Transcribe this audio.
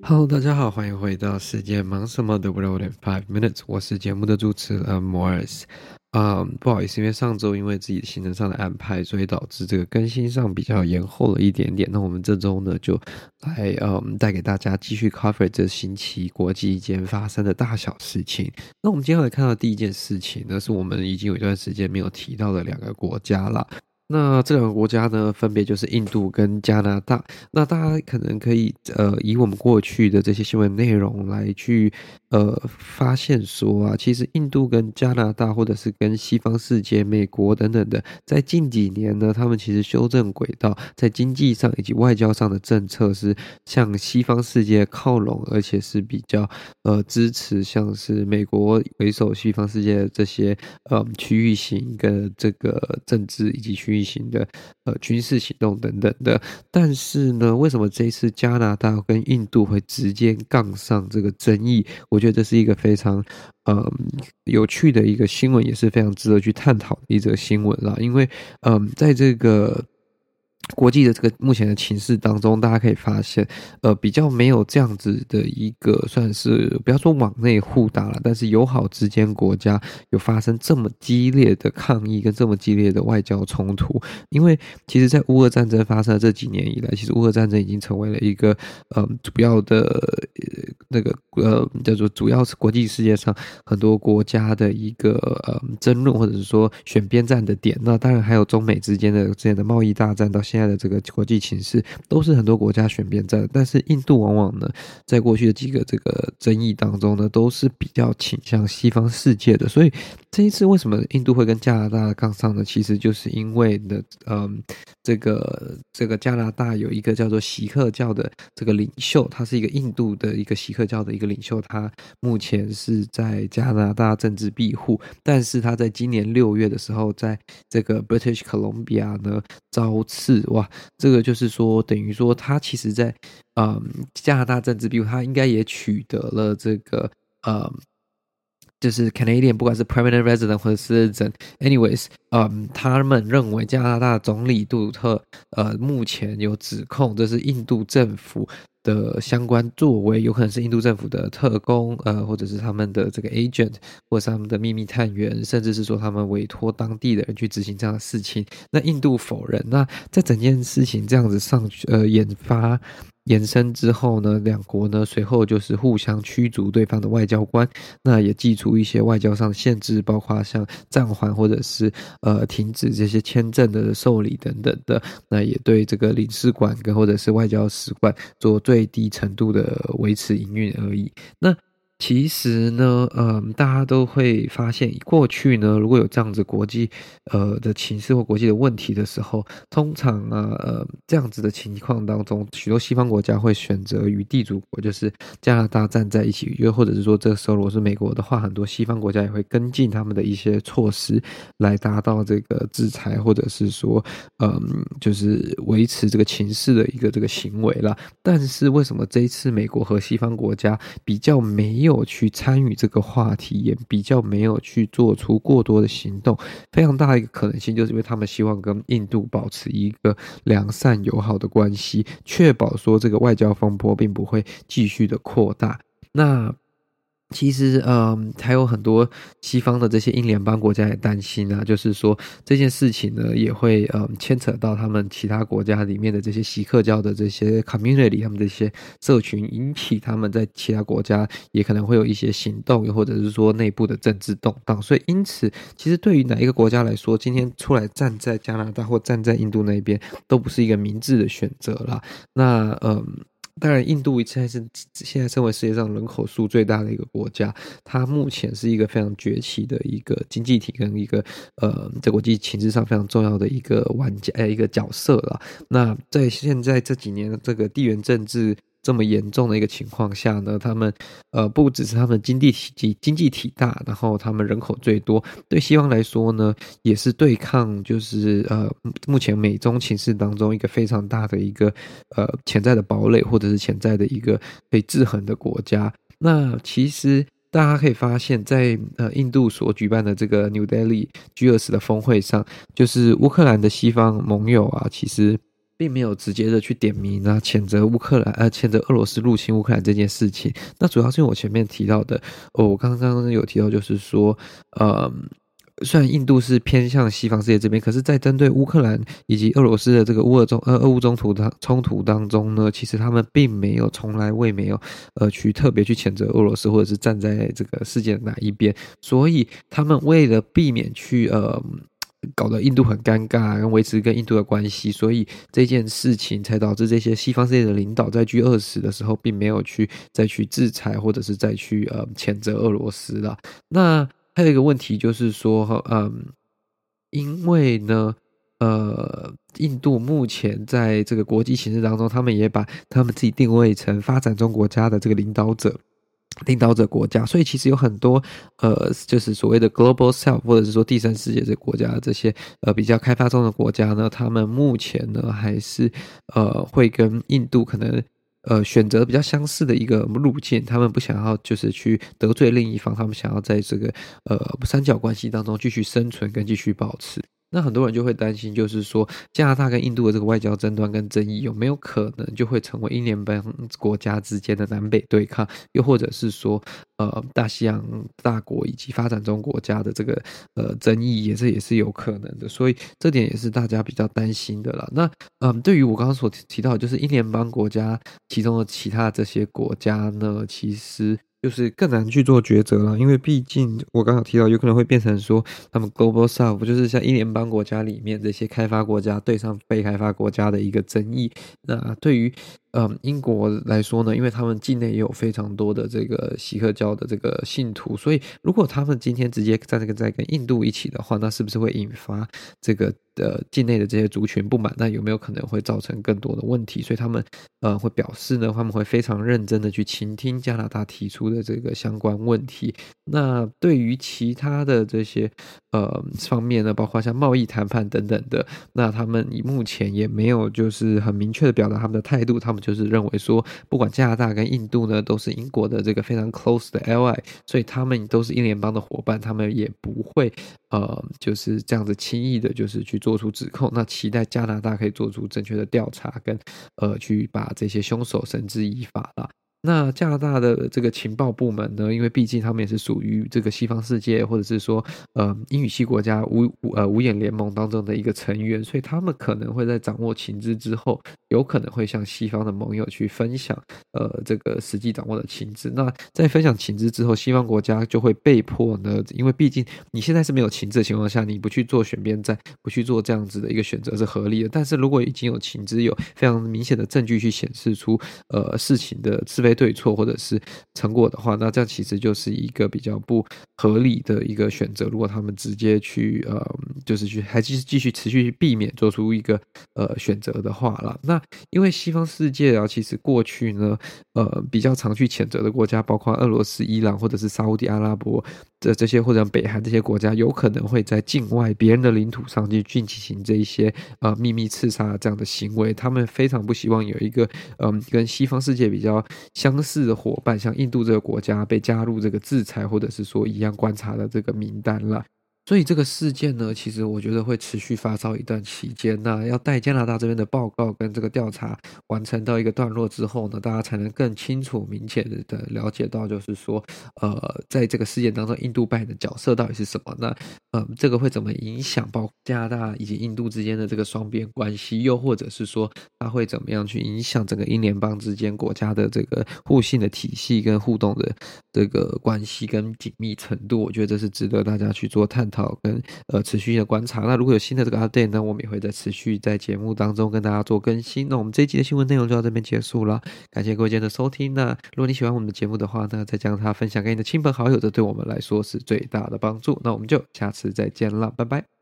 Hello，大家好，欢迎回到世界忙什么的 World in 5 Minutes，我是节目的主持人 Morris。不好意思，因为上周因为自己行程上的安排，所以导致这个更新上比较延后了一点点。那我们这周呢，就来带给大家继续 cover 这星期国际间发生的大小事情。那我们接下来看到第一件事情呢，是我们已经有一段时间没有提到的两个国家啦。那这两个国家呢，分别就是印度跟加拿大。那大家可能可以以我们过去的这些新闻内容来去发现说啊，其实印度跟加拿大或者是跟西方世界、美国等等的，在近几年呢，他们其实修正轨道，在经济上以及外交上的政策是向西方世界靠拢，而且是比较支持像是美国为首西方世界的这些区域型的这个政治以及区域型的军事行动等等的。但是呢，为什么这一次加拿大跟印度会直接杠上这个争议？我觉得这是一个非常有趣的一个新闻，也是非常值得去探讨的一则新闻啦。因为在这个国际的这个目前的情势当中，大家可以发现，比较没有这样子的一个算是不要说往内互打了，但是友好之间国家有发生这么激烈的抗议跟这么激烈的外交冲突。因为其实在乌俄战争发生的这几年以来，其实乌俄战争已经成为了一个主要的叫做主要是国际世界上很多国家的一个争论或者是说选边站的点。那当然还有中美之间的贸易大战到现在的这个国际情势，都是很多国家选边站。但是印度往往呢，在过去的几个这个争议当中呢，都是比较倾向西方世界的。所以这一次为什么印度会跟加拿大杠上呢？其实就是因为呢，这个加拿大有一个叫做锡克教的这个领袖，他是一个印度的一个锡克教的一个领袖，他目前是在加拿大政治庇护，但是他在今年6月的时候，在这个 British Columbia 呢遭刺。哇，这个就是说等于说他其实在加拿大政治庇护，他应该也取得了这个就是 Canadian 不管是 permanent resident 或者是 citizen，anyways，他们认为加拿大总理杜鲁特目前有指控这是印度政府的相关作为，有可能是印度政府的特工或者是他们的这个 agent， 或者是他们的秘密探员，甚至是说他们委托当地的人去执行这样的事情。那印度否认。那在整件事情这样子延伸之后呢，两国呢随后就是互相驱逐对方的外交官，那也祭出一些外交上的限制，包括像暂缓或者是停止这些签证的受理等等的。那也对这个领事馆跟或者是外交使馆做最低程度的维持营运而已。那其实呢，大家都会发现，过去呢，如果有这样子国际的情势或国际的问题的时候，通常这样子的情况当中，许多西方国家会选择与地主国，就是加拿大站在一起，又或者是说这个时候如果是美国的话，很多西方国家也会跟进他们的一些措施，来达到这个制裁或者是说就是维持这个情势的一个这个行为啦。但是为什么这一次美国和西方国家比较没有去参与这个话题，也比较没有去做出过多的行动？非常大的一个可能性就是因为他们希望跟印度保持一个良善友好的关系，确保说这个外交风波并不会继续的扩大。那其实还有很多西方的这些英联邦国家也担心啊，就是说这件事情呢也会牵扯到他们其他国家里面的这些锡克教的这些 community， 他们这些社群，引起他们在其他国家也可能会有一些行动，又或者是说内部的政治动荡。所以因此其实对于哪一个国家来说，今天出来站在加拿大或站在印度那边都不是一个明智的选择啦。那当然，印度现在身为世界上人口数最大的一个国家，它目前是一个非常崛起的一个经济体跟一个在国际情势上非常重要的一个一个角色啦。那在现在这几年这个地缘政治这么严重的一个情况下呢，他们不只是他们经济体大，然后他们人口最多，对西方来说呢，也是对抗就是目前美中情势当中一个非常大的一个潜在的堡垒，或者是潜在的一个可以制衡的国家。那其实大家可以发现在印度所举办的这个 New Delhi G20的峰会上，就是乌克兰的西方盟友啊，其实并没有直接的去点名啊，谴责谴责俄罗斯入侵乌克兰这件事情。那主要是因为我前面提到的，我刚刚有提到就是说，呃，虽然印度是偏向西方世界这边，可是在针对乌克兰以及俄罗斯的这个俄乌冲突当中呢，其实他们并没有从来未没有去特别去谴责俄罗斯，或者是站在这个世界的哪一边。所以他们为了避免去搞得印度很尴尬，跟维持跟印度的关系，所以这件事情才导致这些西方世界的领导在 G20的时候，并没有再去制裁，或者是再去谴责俄罗斯啦。那还有一个问题就是说，因为呢，印度目前在这个国际形势当中，他们也把他们自己定位成发展中国家的这个领导者国家，所以其实有很多就是所谓的 global south 或者是说第三世界这国家这些比较开发中的国家呢，他们目前呢还是会跟印度可能选择比较相似的一个路径，他们不想要就是去得罪另一方，他们想要在这个三角关系当中继续生存跟继续保持。那很多人就会担心，就是说加拿大跟印度的这个外交争端跟争议，有没有可能就会成为英联邦国家之间的南北对抗，又或者是说大西洋大国以及发展中国家的这个争议，也是有可能的，所以这点也是大家比较担心的啦。那对于我刚刚所提到的，就是英联邦国家其中的其他这些国家呢，其实就是更难去做抉择了，因为毕竟我刚刚提到，有可能会变成说，他们 Global South 就是像英联邦国家里面这些开发国家对上非开发国家的一个争议。那对于英国来说呢，因为他们境内也有非常多的这个锡克教的这个信徒，所以如果他们今天直接在跟印度一起的话，那是不是会引发这个境内的这些族群不满？那有没有可能会造成更多的问题？所以他们会表示呢，他们会非常认真的去倾听加拿大提出的这个相关问题。那对于其他的这些方面呢，包括像贸易谈判等等的，那他们目前也没有就是很明确的表达他们的态度，他们就是认为说，不管加拿大跟印度呢，都是英国的这个非常 close 的 ally，所以他们都是英联邦的伙伴，他们也不会就是这样子轻易的，就是去做出指控。那期待加拿大可以做出正确的调查，跟去把这些凶手绳之以法啦。那加拿大的这个情报部门呢，因为毕竟他们也是属于这个西方世界，或者是说英语系国家五眼联盟当中的一个成员，所以他们可能会在掌握情资之后，有可能会向西方的盟友去分享这个实际掌握的情资。那在分享情资之后，西方国家就会被迫呢，因为毕竟你现在是没有情资的情况下，你不去做选边站，不去做这样子的一个选择是合理的。但是如果已经有情资，有非常明显的证据去显示出事情的是非对错或者是成果的话，那这样其实就是一个比较不合理的一个选择。如果他们直接去就是还继续持续避免做出一个选择的话啦，那因为西方世界啊，其实过去呢比较常去谴责的国家，包括俄罗斯、伊朗或者是沙烏地阿拉伯的这些，或者北韩这些国家，有可能会在境外别人的领土上去进行这一些秘密刺杀这样的行为。他们非常不希望有一个跟西方世界比较相似的伙伴，像印度这个国家被加入这个制裁或者是说一样观察的这个名单啦。所以这个事件呢，其实我觉得会持续发烧一段期间。那要待加拿大这边的报告跟这个调查完成到一个段落之后呢，大家才能更清楚明显的了解到，就是说在这个事件当中印度扮演的角色到底是什么。那这个会怎么影响包括加拿大以及印度之间的这个双边关系，又或者是说它会怎么样去影响整个英联邦之间国家的这个互信的体系跟互动的这个关系跟紧密程度，我觉得这是值得大家去做探讨跟持续的观察。那如果有新的这个 update 呢，我们也会再持续在节目当中跟大家做更新。那我们这一集的新闻内容就到这边结束了，感谢各位今天的收听。那如果你喜欢我们的节目的话呢，再将它分享给你的亲朋好友，这对我们来说是最大的帮助。那我们就下次再见了，拜拜。